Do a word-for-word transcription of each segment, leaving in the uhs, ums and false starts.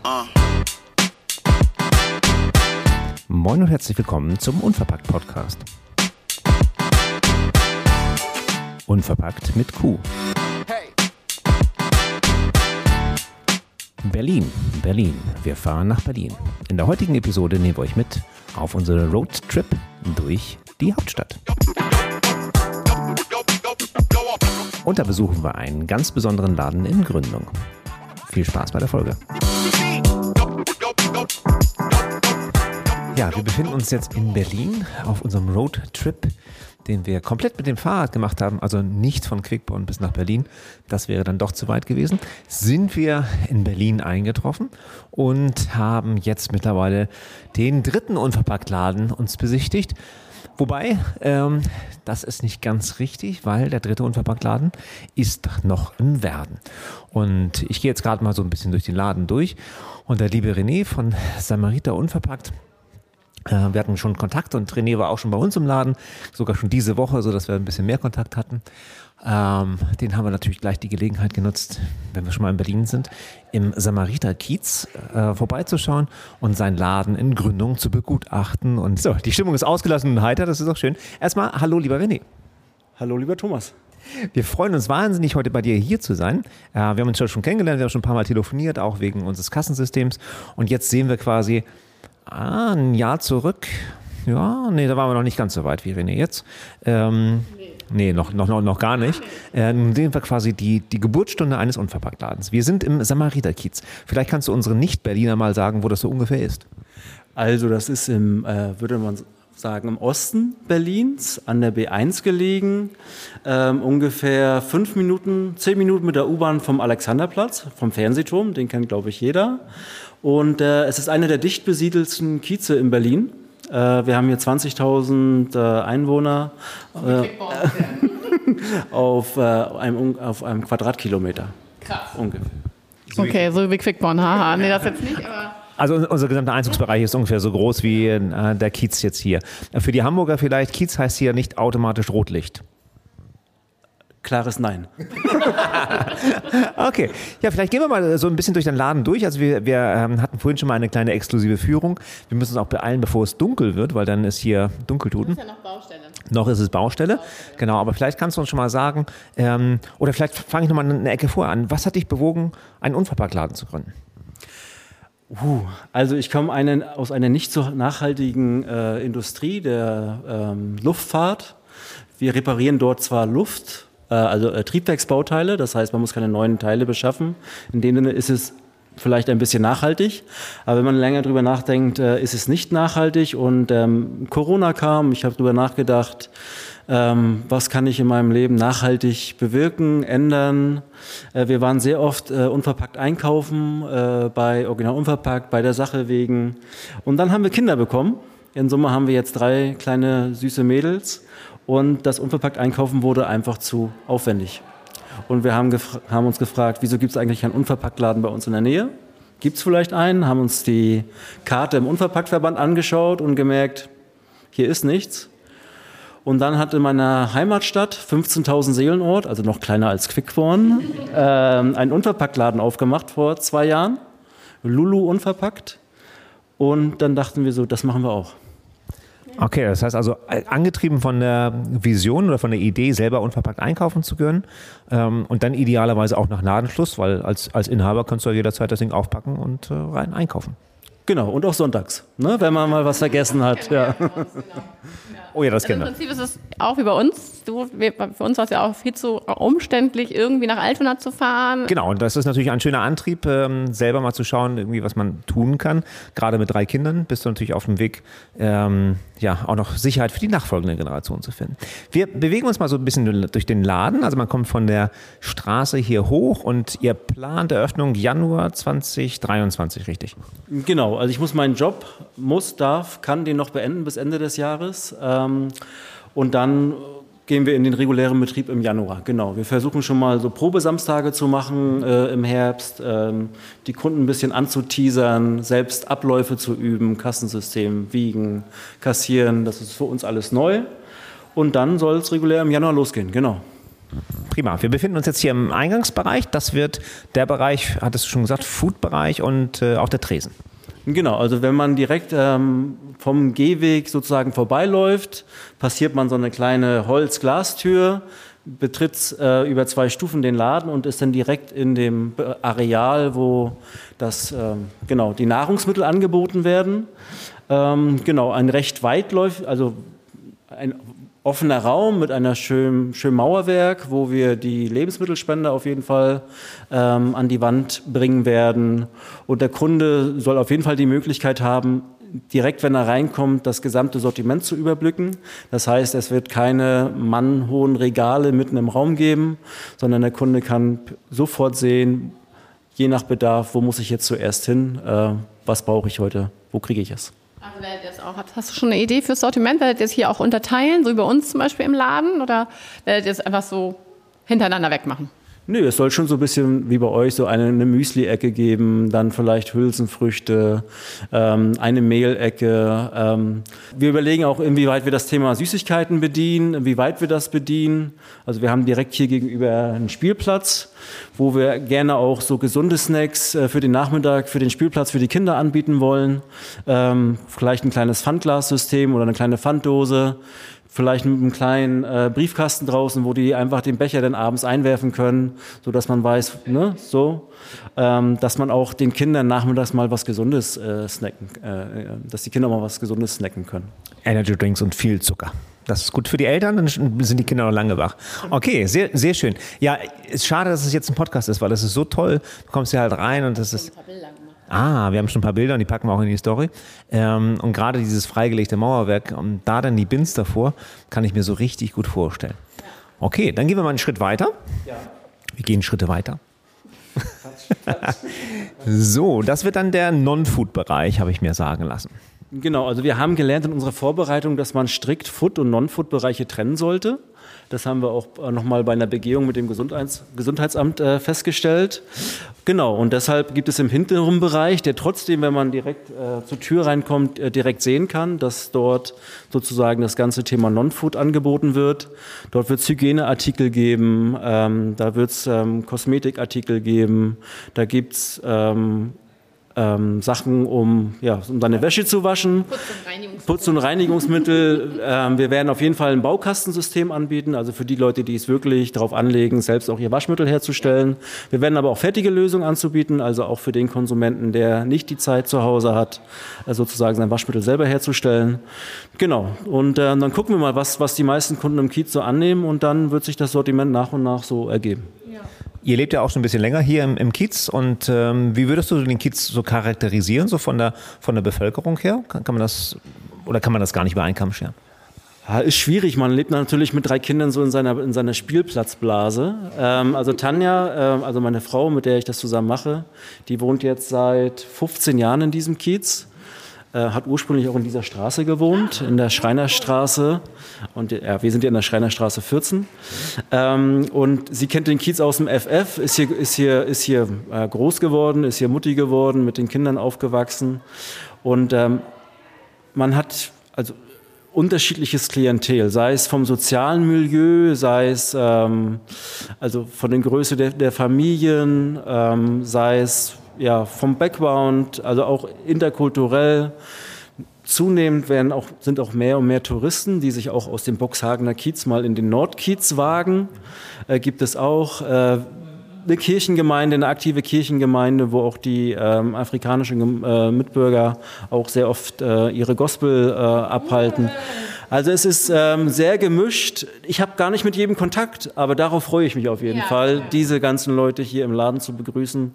Moin und herzlich willkommen zum Unverpackt-Podcast. Unverpackt mit Q. Berlin, Berlin. Wir fahren nach Berlin. In der heutigen Episode nehmen wir euch mit auf unsere Roadtrip durch die Hauptstadt. Und da besuchen wir einen ganz besonderen Laden in Gründung. Viel Spaß bei der Folge. Ja, wir befinden uns jetzt in Berlin auf unserem Roadtrip, den wir komplett mit dem Fahrrad gemacht haben, also nicht von Quickborn bis nach Berlin. Das wäre dann doch zu weit gewesen. Sind wir in Berlin eingetroffen und haben jetzt mittlerweile den dritten Unverpacktladen uns besichtigt. Wobei, ähm, das ist nicht ganz richtig, weil der dritte Unverpacktladen ist noch im Werden. Und ich gehe jetzt gerade mal so ein bisschen durch den Laden durch und der liebe René von Samariter Unverpackt, äh, wir hatten schon Kontakt und René war auch schon bei uns im Laden, sogar schon diese Woche, sodass wir ein bisschen mehr Kontakt hatten. Ähm, den haben wir natürlich gleich die Gelegenheit genutzt, wenn wir schon mal in Berlin sind, im Samariter-Kiez äh, vorbeizuschauen und seinen Laden in Gründung zu begutachten. Und so, die Stimmung ist ausgelassen und heiter, das ist auch schön. Erstmal, hallo lieber René. Hallo lieber Thomas. Wir freuen uns wahnsinnig, heute bei dir hier zu sein. Äh, wir haben uns schon kennengelernt, wir haben schon ein paar Mal telefoniert, auch wegen unseres Kassensystems. Und jetzt sehen wir quasi ah, ein Jahr zurück. Ja, nee, da waren wir noch nicht ganz so weit wie René jetzt. Ähm, Nee, noch, noch, noch, noch gar nicht. Äh, nun sehen wir quasi die, die Geburtsstunde eines Unverpacktladens. Wir sind im Samariter-Kiez. Vielleicht kannst du unseren Nicht-Berliner mal sagen, wo das so ungefähr ist. Also das ist im, äh, würde man sagen, im Osten Berlins, an der B eins gelegen. Ähm, ungefähr fünf Minuten, zehn Minuten mit der U-Bahn vom Alexanderplatz, vom Fernsehturm, den kennt, glaube ich, jeder. Und äh, es ist einer der dicht besiedelsten Kieze in Berlin. Wir haben hier zwanzigtausend äh, Einwohner äh, auf, äh, einem, auf einem Quadratkilometer. Krass. Ungefähr. Okay, so wie Quickborn, haha. Nee, das jetzt nicht, aber... Also unser gesamter Einzugsbereich ist ungefähr so groß wie äh, der Kiez jetzt hier. Für die Hamburger vielleicht, Kiez heißt hier nicht automatisch Rotlicht. Klares Nein. Okay, ja, vielleicht gehen wir mal so ein bisschen durch den Laden durch. Also wir, wir ähm, hatten vorhin schon mal eine kleine exklusive Führung. Wir müssen uns auch beeilen, bevor es dunkel wird, weil dann ist hier Dunkeltuten. Das ist ja noch Baustelle. Noch ist es Baustelle, Baustelle. Genau, aber vielleicht kannst du uns schon mal sagen, ähm, oder vielleicht fange ich nochmal eine Ecke vor an. Was hat dich bewogen, einen Unverpacktladen zu gründen? Uh, also ich komme einen, aus einer nicht so nachhaltigen äh, Industrie der ähm, Luftfahrt. Wir reparieren dort zwar Luft, also äh, Triebwerksbauteile, das heißt, man muss keine neuen Teile beschaffen. In dem Sinne ist es vielleicht ein bisschen nachhaltig, aber wenn man länger drüber nachdenkt, äh, ist es nicht nachhaltig. Und ähm, Corona kam, ich habe drüber nachgedacht, ähm, was kann ich in meinem Leben nachhaltig bewirken, ändern. Äh, wir waren sehr oft äh, unverpackt einkaufen, äh, bei Original Unverpackt, bei der Sache wegen. Und dann haben wir Kinder bekommen. In Summe haben wir jetzt drei kleine süße Mädels. Und das unverpackt Einkaufen wurde einfach zu aufwendig. Und wir haben, gefra- haben uns gefragt, wieso gibt es eigentlich einen Unverpacktladen bei uns in der Nähe? Gibt es vielleicht einen? Haben uns die Karte im Unverpacktverband angeschaut und gemerkt, hier ist nichts. Und dann hat in meiner Heimatstadt, fünfzehntausend Seelenort, also noch kleiner als Quickborn, äh, einen Unverpacktladen aufgemacht vor zwei Jahren. Lulu Unverpackt. Und dann dachten wir so, das machen wir auch. Okay, das heißt also, angetrieben von der Vision oder von der Idee, selber unverpackt einkaufen zu können ähm, und dann idealerweise auch nach Ladenschluss, weil als, als Inhaber kannst du ja jederzeit das Ding aufpacken und äh, rein einkaufen. Genau, und auch sonntags, ne, wenn man mal was vergessen hat. Ja. Oh ja, das Also kennen wir. im Prinzip ist es auch wie bei uns. Du, wir, für uns war es ja auch viel zu umständlich, irgendwie nach Altona zu fahren. Genau, und das ist natürlich ein schöner Antrieb, ähm, selber mal zu schauen, irgendwie, was man tun kann. Gerade mit drei Kindern bist du natürlich auf dem Weg, ähm, ja, auch noch Sicherheit für die nachfolgende Generation zu finden. Wir bewegen uns mal so ein bisschen durch den Laden. Also man kommt von der Straße hier hoch und ihr plant Eröffnung Januar zwanzig dreiundzwanzig, richtig? Genau, also ich muss meinen Job, muss, darf, kann den noch beenden bis Ende des Jahres. Ähm, und dann gehen wir in den regulären Betrieb im Januar. Genau, wir versuchen schon mal so Probesamstage zu machen äh, im Herbst, ähm, die Kunden ein bisschen anzuteasern, selbst Abläufe zu üben, Kassensystem, Wiegen, Kassieren, das ist für uns alles neu. Und dann soll es regulär im Januar losgehen, genau. Prima. Wir befinden uns jetzt hier im Eingangsbereich. Das wird der Bereich, hattest du schon gesagt, Food-Bereich und äh, auch der Tresen. Genau, also wenn man direkt ähm, vom Gehweg sozusagen vorbeiläuft, passiert man so eine kleine Holz-Glastür, betritt äh, über zwei Stufen den Laden und ist dann direkt in dem Areal, wo das, äh, genau, die Nahrungsmittel angeboten werden. Ähm, genau, ein recht weitläufig, also ein offener Raum mit einer schönen, schönen Mauerwerk, wo wir die Lebensmittelspender auf jeden Fall ähm, an die Wand bringen werden. Und der Kunde soll auf jeden Fall die Möglichkeit haben, direkt, wenn er reinkommt, das gesamte Sortiment zu überblicken. Das heißt, es wird keine mannhohen Regale mitten im Raum geben, sondern der Kunde kann sofort sehen, je nach Bedarf, wo muss ich jetzt zuerst hin, äh, was brauche ich heute, wo kriege ich es. Also werdet ihr jetzt auch, hast du schon eine Idee fürs Sortiment? Werdet ihr es hier auch unterteilen, so wie bei uns zum Beispiel im Laden? Oder werdet ihr es einfach so hintereinander wegmachen? Nö, es soll schon so ein bisschen wie bei euch so eine, eine Müsli-Ecke geben, dann vielleicht Hülsenfrüchte, ähm, eine Mehlecke. Ähm, wir überlegen auch, inwieweit wir das Thema Süßigkeiten bedienen, inwieweit wir das bedienen. Also wir haben direkt hier gegenüber einen Spielplatz, wo wir gerne auch so gesunde Snacks äh, für den Nachmittag, für den Spielplatz, für die Kinder anbieten wollen. Ähm, vielleicht ein kleines Pfandglassystem oder eine kleine Pfanddose. Vielleicht mit einem kleinen äh, Briefkasten draußen, wo die einfach den Becher dann abends einwerfen können, sodass man weiß, ne, so, ähm, dass man auch den Kindern nachmittags mal was Gesundes äh, snacken, äh, dass die Kinder mal was Gesundes snacken können. Energy Drinks und viel Zucker. Das ist gut für die Eltern, dann sind die Kinder noch lange wach. Okay, sehr, sehr schön. Ja, es ist schade, dass es jetzt ein Podcast ist, weil das ist so toll. Du kommst hier halt rein und das ist... Ah, wir haben schon ein paar Bilder und die packen wir auch in die Story. Ähm, und gerade dieses freigelegte Mauerwerk und da dann die Bins davor, kann ich mir so richtig gut vorstellen. Okay, dann gehen wir mal einen Schritt weiter. Ja. Wir gehen Schritte weiter. So, das wird dann der Non-Food-Bereich, habe ich mir sagen lassen. Genau, also wir haben gelernt in unserer Vorbereitung, dass man strikt Food- und Non-Food-Bereiche trennen sollte. Das haben wir auch nochmal bei einer Begehung mit dem Gesundheits- Gesundheitsamt äh, festgestellt. Genau, und deshalb gibt es im hinteren Bereich, der trotzdem, wenn man direkt äh, zur Tür reinkommt, äh, direkt sehen kann, dass dort sozusagen das ganze Thema Non-Food angeboten wird. Dort wird es Hygieneartikel geben, ähm, da wird es ähm, Kosmetikartikel geben, da gibt es ähm, Ähm, Sachen, um, ja, um seine Wäsche zu waschen, Putz- und Reinigungsmittel. Putz- und Reinigungsmittel. ähm, wir werden auf jeden Fall ein Baukastensystem anbieten, also für die Leute, die es wirklich darauf anlegen, selbst auch ihr Waschmittel herzustellen. Wir werden aber auch fertige Lösungen anzubieten, also auch für den Konsumenten, der nicht die Zeit zu Hause hat, äh, sozusagen sein Waschmittel selber herzustellen. Genau, und äh, dann gucken wir mal, was, was die meisten Kunden im Kiez so annehmen und dann wird sich das Sortiment nach und nach so ergeben. Ihr lebt ja auch schon ein bisschen länger hier im, im Kiez und ähm, wie würdest du den Kiez so charakterisieren, so von der, von der Bevölkerung her? Kann, kann man das, oder kann man das gar nicht über einen Kamm scheren? Ja, ist schwierig, man lebt natürlich mit drei Kindern so in seiner, in seiner Spielplatzblase. Ähm, also Tanja, äh, also meine Frau, mit der ich das zusammen mache, die wohnt jetzt seit fünfzehn Jahren in diesem Kiez. Hat ursprünglich auch in dieser Straße gewohnt, in der Schreinerstraße. Und ja, wir sind ja in der Schreinerstraße vierzehn. Ähm, und sie kennt den Kiez aus dem F F, ist hier, ist hier, ist hier äh, groß geworden, ist hier Mutti geworden, mit den Kindern aufgewachsen. Und ähm, man hat also unterschiedliches Klientel, sei es vom sozialen Milieu, sei es ähm, also von der Größe der, der Familien, ähm, sei es ja, vom Background, also auch interkulturell. Zunehmend werden auch, sind auch mehr und mehr Touristen, die sich auch aus dem Boxhagener Kiez mal in den Nordkiez wagen. Äh, gibt es auch äh, eine Kirchengemeinde, eine aktive Kirchengemeinde, wo auch die ähm, afrikanischen äh, Mitbürger auch sehr oft äh, ihre Gospel äh, abhalten. Also es ist ähm, sehr gemischt. Ich habe gar nicht mit jedem Kontakt, aber darauf freue ich mich auf jeden Ja. Fall, diese ganzen Leute hier im Laden zu begrüßen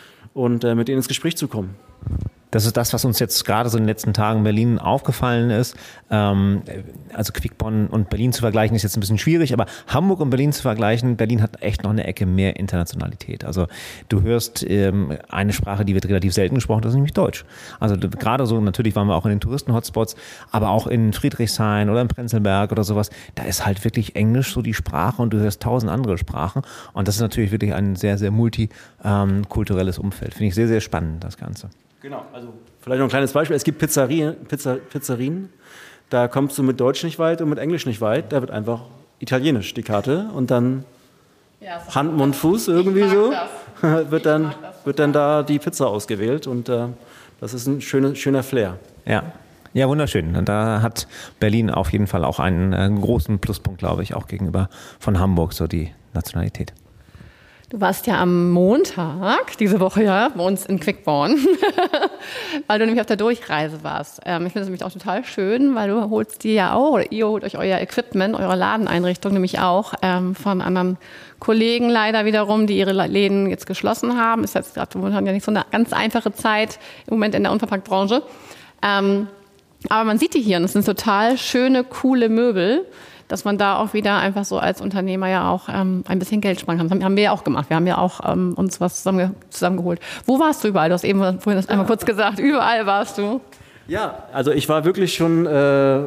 und äh, mit ihnen ins Gespräch zu kommen. Das ist das, was uns jetzt gerade so in den letzten Tagen in Berlin aufgefallen ist. Ähm, also Quickborn und Berlin zu vergleichen ist jetzt ein bisschen schwierig, aber Hamburg und Berlin zu vergleichen, Berlin hat echt noch eine Ecke mehr Internationalität. Also du hörst ähm, eine Sprache, die wird relativ selten gesprochen, das ist nämlich Deutsch. Also gerade so, natürlich waren wir auch in den Touristen-Hotspots, aber auch in Friedrichshain oder in Prenzlberg oder sowas, da ist halt wirklich Englisch so die Sprache und du hörst tausend andere Sprachen und das ist natürlich wirklich ein sehr, sehr multikulturelles Umfeld. Finde ich sehr, sehr spannend, das Ganze. Genau, also vielleicht noch ein kleines Beispiel. Es gibt Pizzerien, Pizza, Pizzerien, da kommst du mit Deutsch nicht weit und mit Englisch nicht weit. Da wird einfach Italienisch die Karte und dann Ja, Hand, Mund, Fuß irgendwie so, das. wird dann, wird dann da die Pizza ausgewählt und äh, das ist ein schöner, schöner Flair. Ja. Ja, wunderschön. Und da hat Berlin auf jeden Fall auch einen äh, großen Pluspunkt, glaube ich, auch gegenüber von Hamburg, so die Nationalität. Du warst ja am Montag, diese Woche ja, bei uns in Quickborn, weil du nämlich auf der Durchreise warst. Ähm, ich finde es nämlich auch total schön, weil du holst dir ja auch, oder ihr holt euch euer Equipment, eure Ladeneinrichtung nämlich auch ähm, von anderen Kollegen leider wiederum, die ihre Läden jetzt geschlossen haben. Ist jetzt gerade momentan ja nicht so eine ganz einfache Zeit im Moment in der Unverpacktbranche. Ähm, aber man sieht die hier und es sind total schöne, coole Möbel, dass man da auch wieder einfach so als Unternehmer ja auch ähm, ein bisschen Geld sparen kann. Das haben wir ja auch gemacht. Wir haben ja auch ähm, uns was zusammenge zusammengeholt. Wo warst du überall? Du hast eben vorhin das einmal kurz gesagt. Überall warst du. Ja, also ich war wirklich schon äh,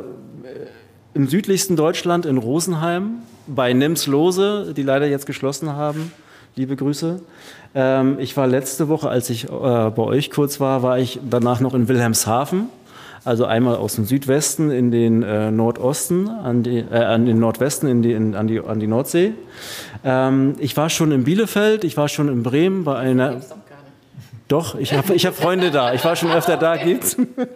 im südlichsten Deutschland in Rosenheim bei Nemslose, die leider jetzt geschlossen haben. Liebe Grüße. Ähm, ich war letzte Woche, als ich äh, bei euch kurz war, war ich danach noch in Wilhelmshaven. Also einmal aus dem Südwesten in den äh, Nordosten, an, die, äh, an den Nordwesten in die, in, an, die, an die Nordsee. Ähm, ich war schon in Bielefeld, ich war schon in Bremen bei einer... Doch, ich habe ich hab Freunde da. Ich war schon öfter da, gibt's.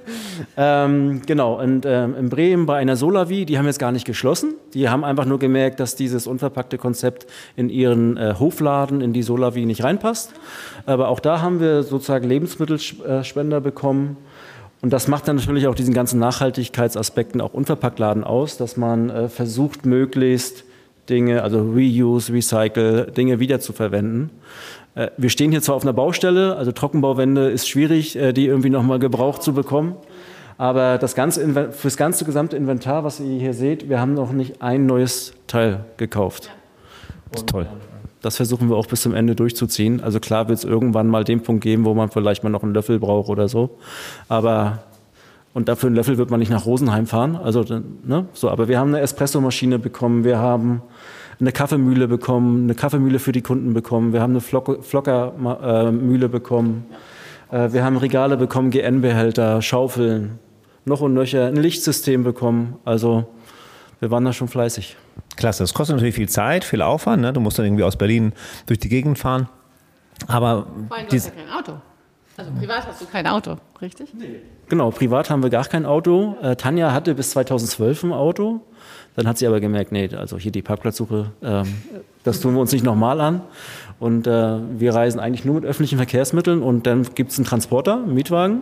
ähm, genau, und ähm, in Bremen bei einer Solavi, die haben jetzt gar nicht geschlossen. Die haben einfach nur gemerkt, dass dieses unverpackte Konzept in ihren äh, Hofladen, in die Solavi nicht reinpasst. Aber auch da haben wir sozusagen Lebensmittelspender bekommen. Und das macht dann natürlich auch diesen ganzen Nachhaltigkeitsaspekten auch Unverpacktladen aus, dass man äh, versucht, möglichst Dinge, also Reuse, Recycle, Dinge wiederzuverwenden. Äh, wir stehen hier zwar auf einer Baustelle, also Trockenbauwände ist schwierig, äh, die irgendwie nochmal gebraucht zu bekommen. Aber das ganze, für das ganze gesamte Inventar, was ihr hier seht, wir haben noch nicht ein neues Teil gekauft. Das ist toll. Das versuchen wir auch bis zum Ende durchzuziehen. Also klar wird es irgendwann mal den Punkt geben, wo man vielleicht mal noch einen Löffel braucht oder so. Aber, und dafür einen Löffel wird man nicht nach Rosenheim fahren. Also, ne, so, aber wir haben eine Espressomaschine bekommen, wir haben eine Kaffeemühle bekommen, eine Kaffeemühle für die Kunden bekommen, wir haben eine Flock Flockermühle bekommen, äh, wir haben Regale bekommen, G N-Behälter, Schaufeln, noch und nöcher, ein Lichtsystem bekommen. Also wir waren da schon fleißig. Klasse, das kostet natürlich viel Zeit, viel Aufwand. Ne? Du musst dann irgendwie aus Berlin durch die Gegend fahren. Aber Vor allem, du hast ja kein Auto. Also privat hast du kein Auto, richtig? Nee. Genau, privat haben wir gar kein Auto. Äh, Tanja hatte bis zweitausendzwölf ein Auto. Dann hat sie aber gemerkt, nee, also hier die Parkplatzsuche, ähm, das tun wir uns nicht nochmal an. Und äh, wir reisen eigentlich nur mit öffentlichen Verkehrsmitteln. Und dann gibt es einen Transporter, einen Mietwagen.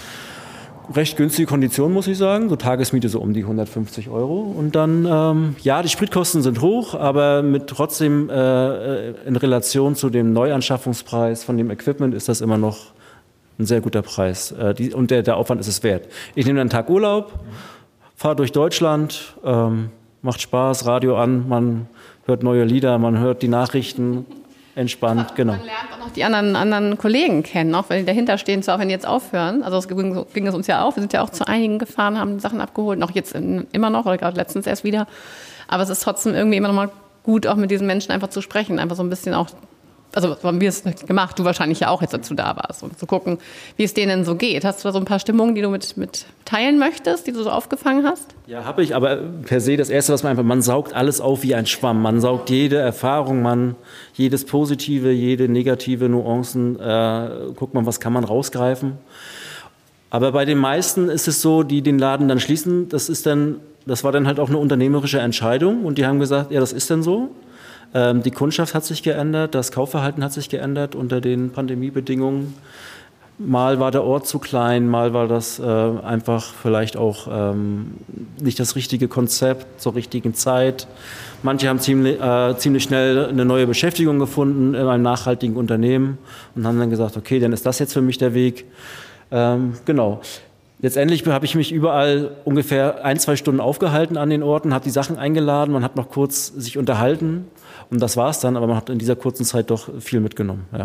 Recht günstige Kondition, muss ich sagen. So Tagesmiete so um die hundertfünfzig Euro. Und dann, ähm, ja, die Spritkosten sind hoch, aber mit trotzdem äh, in Relation zu dem Neuanschaffungspreis von dem Equipment ist das immer noch ein sehr guter Preis. Äh, die, und der, der Aufwand ist es wert. Ich nehme einen Tag Urlaub, fahre durch Deutschland, ähm, macht Spaß, Radio an, man hört neue Lieder, man hört die Nachrichten. Entspannt, genau. Man lernt auch noch die anderen, anderen Kollegen kennen, auch wenn die dahinter stehen, zwar auch wenn die jetzt aufhören. Also es ging, ging es uns ja auch. Wir sind ja auch zu einigen gefahren, haben Sachen abgeholt, noch jetzt in, immer noch oder gerade letztens erst wieder. Aber es ist trotzdem irgendwie immer noch mal gut, auch mit diesen Menschen einfach zu sprechen, einfach so ein bisschen auch. Also haben wir es gemacht, du wahrscheinlich ja auch jetzt dazu da warst, um zu gucken, wie es denen so geht. Hast du da so ein paar Stimmungen, die du mit, mit teilen möchtest, die du so aufgefangen hast? Ja, habe ich, aber per se das Erste, was man einfach, man saugt alles auf wie ein Schwamm. Man saugt jede Erfahrung, man jedes Positive, jede negative Nuancen, äh, guckt man, was kann man rausgreifen. Aber bei den meisten ist es so, die den Laden dann schließen, das ist dann, das war dann halt auch eine unternehmerische Entscheidung und die haben gesagt, ja, das ist dann so. Die Kundschaft hat sich geändert, das Kaufverhalten hat sich geändert unter den Pandemiebedingungen. Mal war der Ort zu klein, mal war das äh, einfach vielleicht auch ähm, nicht das richtige Konzept zur richtigen Zeit. Manche haben ziemlich, äh, ziemlich schnell eine neue Beschäftigung gefunden in einem nachhaltigen Unternehmen und haben dann gesagt, okay, dann ist das jetzt für mich der Weg. Ähm, genau. Letztendlich habe ich mich überall ungefähr ein, zwei Stunden aufgehalten an den Orten, habe die Sachen eingeladen, man hat noch kurz sich unterhalten und das war es dann, aber man hat in dieser kurzen Zeit doch viel mitgenommen. Ja.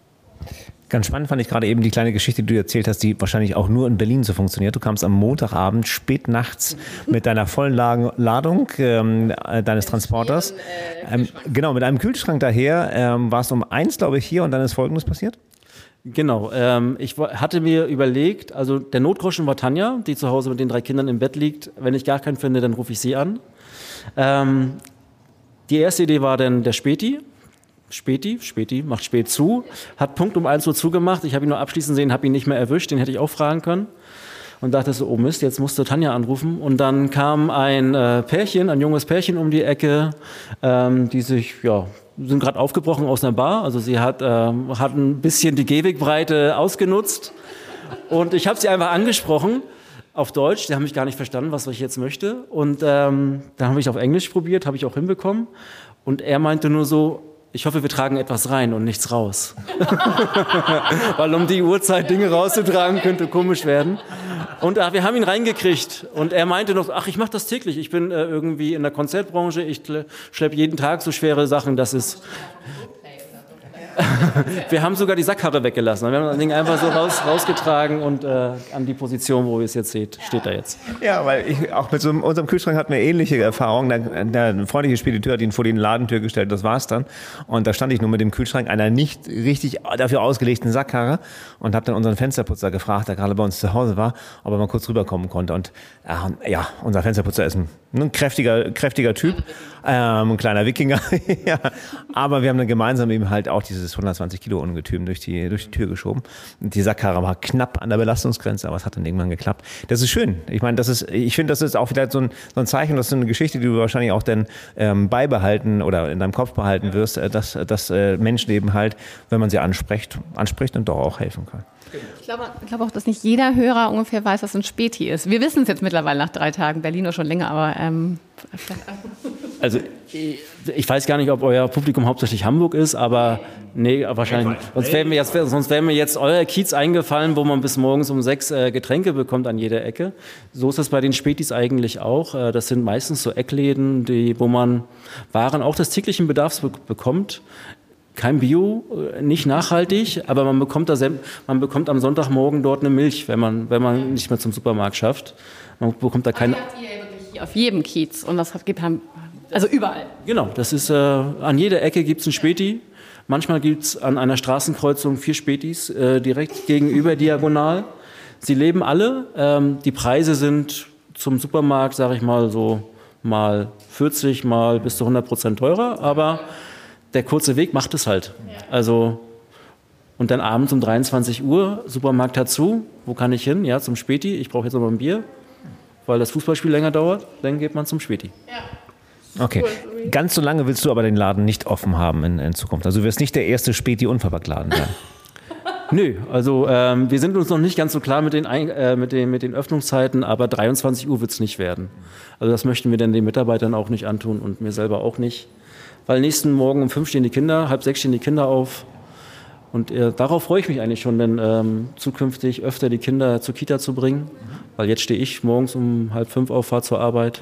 Ganz spannend fand ich gerade eben die kleine Geschichte, die du erzählt hast, die wahrscheinlich auch nur in Berlin so funktioniert. Du kamst am Montagabend spät nachts mit deiner vollen Ladung ähm, deines Transporters. Ähm, genau, mit einem Kühlschrank daher. Ähm, warst um eins, glaube ich, hier und dann ist Folgendes passiert? Genau, ähm, ich hatte mir überlegt, also der Notgroschen war Tanja, die zu Hause mit den drei Kindern im Bett liegt. Wenn ich gar keinen finde, dann rufe ich sie an. Ähm, die erste Idee war dann der Späti, Späti, Späti macht spät zu, hat Punkt um eins Uhr zugemacht. Ich habe ihn nur abschließen sehen, habe ihn nicht mehr erwischt, den hätte ich auch fragen können. Und dachte so, oh Mist, jetzt musste Tanja anrufen. Und dann kam ein äh, Pärchen, ein junges Pärchen um die Ecke, ähm, die sich, ja, sind gerade aufgebrochen aus einer Bar. Also sie hat, ähm, hat ein bisschen die Gehwegbreite ausgenutzt. Und ich habe sie einfach angesprochen auf Deutsch. Die haben mich gar nicht verstanden, was ich jetzt möchte. Und ähm, dann habe ich auf Englisch probiert, habe ich auch hinbekommen. Und er meinte nur so, ich hoffe, wir tragen etwas rein und nichts raus. Weil um die Uhrzeit Dinge rauszutragen, könnte komisch werden. Und ach, wir haben ihn reingekriegt. Und er meinte noch, ach, ich mache das täglich. Ich bin äh, irgendwie in der Konzertbranche. Ich schleppe jeden Tag so schwere Sachen. Das ist... Wir haben sogar die Sackkarre weggelassen. Wir haben das Ding einfach so raus, rausgetragen und äh, an die Position, wo ihr es jetzt seht, steht da jetzt. Ja, weil ich, auch mit so einem, unserem Kühlschrank hatten wir ähnliche Erfahrungen. Der, der freundliche Spediteur hat ihn vor die Ladentür gestellt, das war's dann. Und da stand ich nur mit dem Kühlschrank einer nicht richtig dafür ausgelegten Sackkarre und habe dann unseren Fensterputzer gefragt, der gerade bei uns zu Hause war, ob er mal kurz rüberkommen konnte. Und äh, ja, unser Fensterputzer ist ein, ein kräftiger, kräftiger Typ, ähm, ein kleiner Wikinger. Ja. Aber wir haben dann gemeinsam eben halt auch dieses hundertzwanzig Kilo Ungetüm durch die, durch die Tür geschoben. Und die Sackkarre war knapp an der Belastungsgrenze, aber es hat dann irgendwann geklappt. Das ist schön. Ich meine, das ist, ich finde, das ist auch wieder so ein, so ein Zeichen, das ist so eine Geschichte, die du wahrscheinlich auch dann ähm, beibehalten oder in deinem Kopf behalten wirst, äh, dass, dass äh, Menschen eben halt, wenn man sie anspricht, anspricht und doch auch helfen kann. Ich glaube, ich glaube auch, dass nicht jeder Hörer ungefähr weiß, was ein Späti ist. Wir wissen es jetzt mittlerweile nach drei Tagen, Berlin auch schon länger, aber... Ähm, also ich, ich weiß gar nicht, ob euer Publikum hauptsächlich Hamburg ist, aber nee, wahrscheinlich. Sonst wäre mir jetzt, sonst wäre mir jetzt euer Kiez eingefallen, wo man bis morgens um sechs äh, Getränke bekommt an jeder Ecke. So ist das bei den Spätis eigentlich auch. Äh, das sind meistens so Eckläden, die, wo man Waren auch des täglichen Bedarfs be- bekommt. Kein Bio, nicht nachhaltig, aber man bekommt, da sem- man bekommt am Sonntagmorgen dort eine Milch, wenn man, wenn man nicht mehr zum Supermarkt schafft. Man bekommt da keine. habt ihr ja wirklich auf jedem Kiez und das gibt also überall. Genau, das ist äh, an jeder Ecke gibt es ein Späti. Manchmal gibt es an einer Straßenkreuzung vier Spätis äh, direkt gegenüber diagonal. Sie leben alle. Ähm, die Preise sind zum Supermarkt, sage ich mal, so mal vierzig, mal bis zu hundert Prozent teurer, aber der kurze Weg macht es halt. Also, und dann abends um dreiundzwanzig Uhr, Supermarkt hat zu, wo kann ich hin? Ja, zum Späti, ich brauche jetzt noch mal ein Bier, weil das Fußballspiel länger dauert, dann geht man zum Späti. Ja. Okay, ganz so lange willst du aber den Laden nicht offen haben in, in Zukunft. Also du wirst nicht der erste Späti-Unverpackt-Laden sein. Nö, also ähm, wir sind uns noch nicht ganz so klar mit den, Ein- äh, mit den, mit den Öffnungszeiten, aber dreiundzwanzig Uhr wird es nicht werden. Also das möchten wir dann den Mitarbeitern auch nicht antun und mir selber auch nicht. Weil nächsten Morgen um fünf stehen die Kinder, halb sechs stehen die Kinder auf. Und äh, darauf freue ich mich eigentlich schon, denn ähm, zukünftig öfter die Kinder zur Kita zu bringen. Weil jetzt stehe ich morgens um halb fünf auf, fahre zur Arbeit.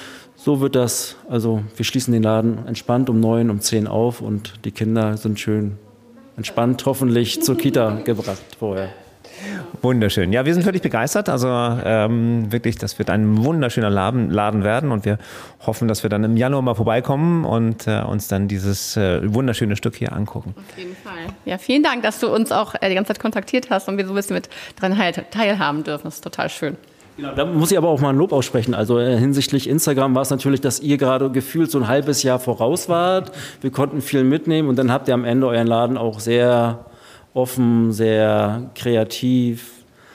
So wird das, also wir schließen den Laden entspannt um neun, um zehn auf und die Kinder sind schön entspannt hoffentlich zur Kita gebracht vorher. Wunderschön. Ja, wir sind völlig begeistert. Also ähm, wirklich, das wird ein wunderschöner Laden, Laden werden und wir hoffen, dass wir dann im Januar mal vorbeikommen und äh, uns dann dieses äh, wunderschöne Stück hier angucken. Auf jeden Fall. Ja, vielen Dank, dass du uns auch äh, die ganze Zeit kontaktiert hast und wir so ein bisschen mit dran teilhaben dürfen. Das ist total schön. Genau, da muss ich aber auch mal ein Lob aussprechen. Also äh, hinsichtlich Instagram war es natürlich, dass ihr gerade gefühlt so ein halbes Jahr voraus wart. Wir konnten viel mitnehmen und dann habt ihr am Ende euren Laden auch sehr offen, sehr kreativ,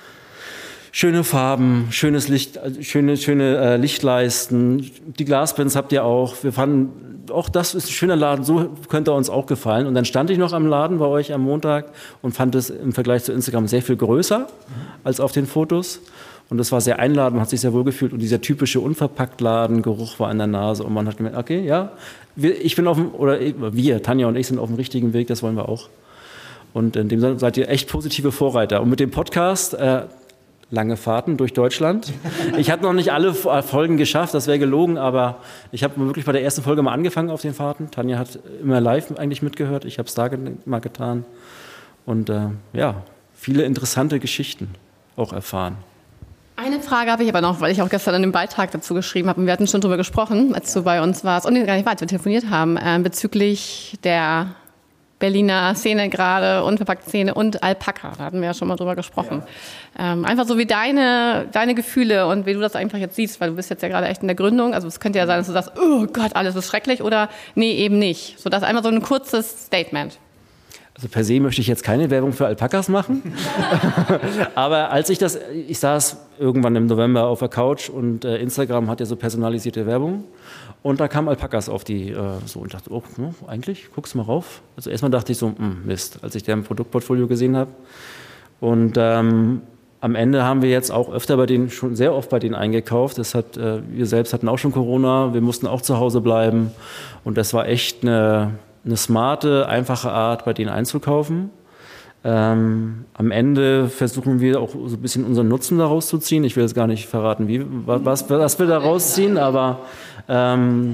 schöne Farben, schönes Licht, schöne, schöne äh, Lichtleisten. Die Glaspens habt ihr auch. Wir fanden, auch das ist ein schöner Laden, so könnte er uns auch gefallen. Und dann stand ich noch am Laden bei euch am Montag und fand es im Vergleich zu Instagram sehr viel größer als auf den Fotos. Und das war sehr einladend, man hat sich sehr wohl gefühlt. Und dieser typische Unverpackt-Laden-Geruch war in der Nase. Und man hat gemerkt, okay, ja, wir, ich bin auf dem, oder wir, Tanja und ich, sind auf dem richtigen Weg, das wollen wir auch. Und in dem Sinne seid ihr echt positive Vorreiter. Und mit dem Podcast, äh, lange Fahrten durch Deutschland. Ich habe noch nicht alle Folgen geschafft, das wäre gelogen, aber ich habe wirklich bei der ersten Folge mal angefangen auf den Fahrten. Tanja hat immer live eigentlich mitgehört, ich habe es da mal getan. Und äh, ja, viele interessante Geschichten auch erfahren. Eine Frage habe ich aber noch, weil ich auch gestern in dem Beitrag dazu geschrieben habe und wir hatten schon drüber gesprochen, als du bei uns warst und gar nicht weiter telefoniert haben, äh, bezüglich der Berliner Szene gerade, Unverpackt-Szene und Alpaka. Da hatten wir ja schon mal drüber gesprochen. Ja. Ähm, einfach so wie deine, deine Gefühle und wie du das einfach jetzt siehst, weil du bist jetzt ja gerade echt in der Gründung. Also es könnte ja sein, dass du sagst, oh Gott, alles ist schrecklich oder nee, eben nicht. So, das ist einmal so ein kurzes Statement. Also per se möchte ich jetzt keine Werbung für Alpakas machen. Aber als ich das, ich saß irgendwann im November auf der Couch und äh, Instagram hat ja so personalisierte Werbung. Und da kamen Alpakas auf die, äh, so und dachte, oh, no, eigentlich, guck's mal rauf. Also erstmal dachte ich so, mh, Mist, als ich deren Produktportfolio gesehen habe. Und ähm, am Ende haben wir jetzt auch öfter bei denen, schon sehr oft bei denen eingekauft. Das hat, äh, wir selbst hatten auch schon Corona, wir mussten auch zu Hause bleiben. Und das war echt eine, eine smarte, einfache Art, bei denen einzukaufen. Ähm, am Ende versuchen wir auch so ein bisschen unseren Nutzen daraus zu ziehen. Ich will jetzt gar nicht verraten, wie, was, was wir da rausziehen, aber ähm,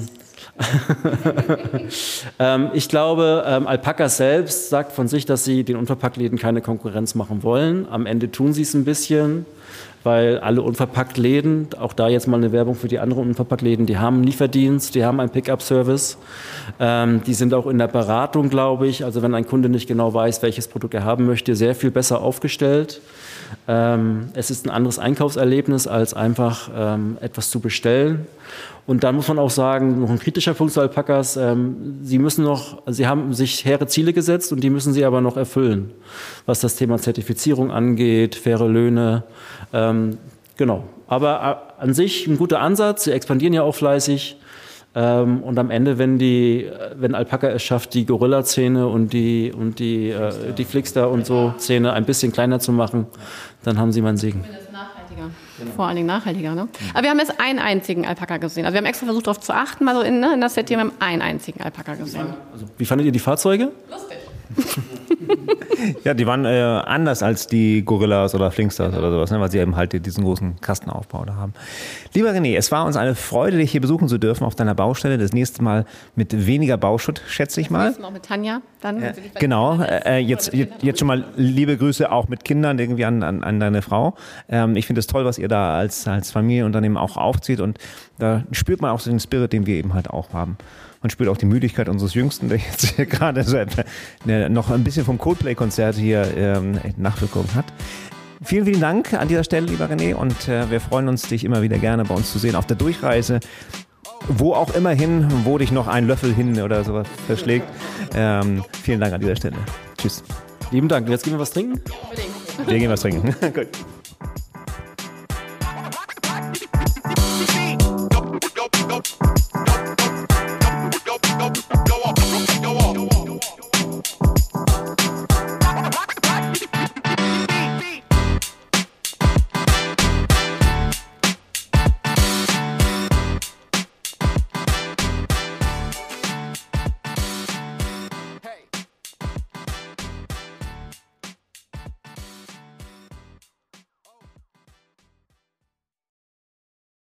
ähm, ich glaube, ähm, Alpaka selbst sagt von sich, dass sie den Unverpacktläden keine Konkurrenz machen wollen. Am Ende tun sie es ein bisschen, weil alle Unverpacktläden, auch da jetzt mal eine Werbung für die anderen Unverpacktläden, die haben einen Lieferdienst, die haben einen Pickup-Service, ähm, die sind auch in der Beratung, glaube ich, also wenn ein Kunde nicht genau weiß, welches Produkt er haben möchte, sehr viel besser aufgestellt. Ähm, es ist ein anderes Einkaufserlebnis, als einfach ähm, etwas zu bestellen. Und dann muss man auch sagen, noch ein kritischer Punkt zu Alpakas, ähm, sie müssen noch, sie haben sich hehre Ziele gesetzt und die müssen sie aber noch erfüllen, was das Thema Zertifizierung angeht, faire Löhne, ähm, genau. Aber äh, an sich ein guter Ansatz, sie expandieren ja auch fleißig ähm, und am Ende, wenn die, wenn Alpaka es schafft, die Gorilla-Szene und die, und die, äh, die Flixster und so Szene ein bisschen kleiner zu machen, dann haben sie meinen Segen. Genau. Vor allen Dingen nachhaltiger, ne? Aber wir haben jetzt einen einzigen Alpaka gesehen. Also wir haben extra versucht, darauf zu achten, mal so in, ne, in der City, wir haben einen einzigen Alpaka gesehen. Also, wie fandet ihr die Fahrzeuge? Lustig. Ja, die waren äh, anders als die Gorillas oder Flingsters genau. oder sowas, ne, weil sie eben halt diesen großen Kastenaufbau da haben. Lieber René, es war uns eine Freude, dich hier besuchen zu dürfen auf deiner Baustelle. Das nächste Mal mit weniger Bauschutt, schätze ich mal. Das nächste Mal auch mit Tanja. Dann äh, genau, äh, jetzt, jetzt schon mal liebe Grüße auch mit Kindern irgendwie an, an, an deine Frau. Ähm, ich finde es toll, was ihr da als, als Familienunternehmen auch aufzieht und da spürt man auch so den Spirit, den wir eben halt auch haben. Man spürt auch die Müdigkeit unseres Jüngsten, der jetzt hier gerade so der noch ein bisschen vom Coldplay-Konzert hier ähm, Nachwirkungen hat. Vielen, vielen Dank an dieser Stelle, lieber René, und äh, wir freuen uns, dich immer wieder gerne bei uns zu sehen auf der Durchreise. Wo auch immer hin, wo dich noch ein Löffel hin oder sowas verschlägt. Ähm, vielen Dank an dieser Stelle. Tschüss. Lieben Dank. Jetzt gehen wir was trinken? Wir gehen was trinken. Gut.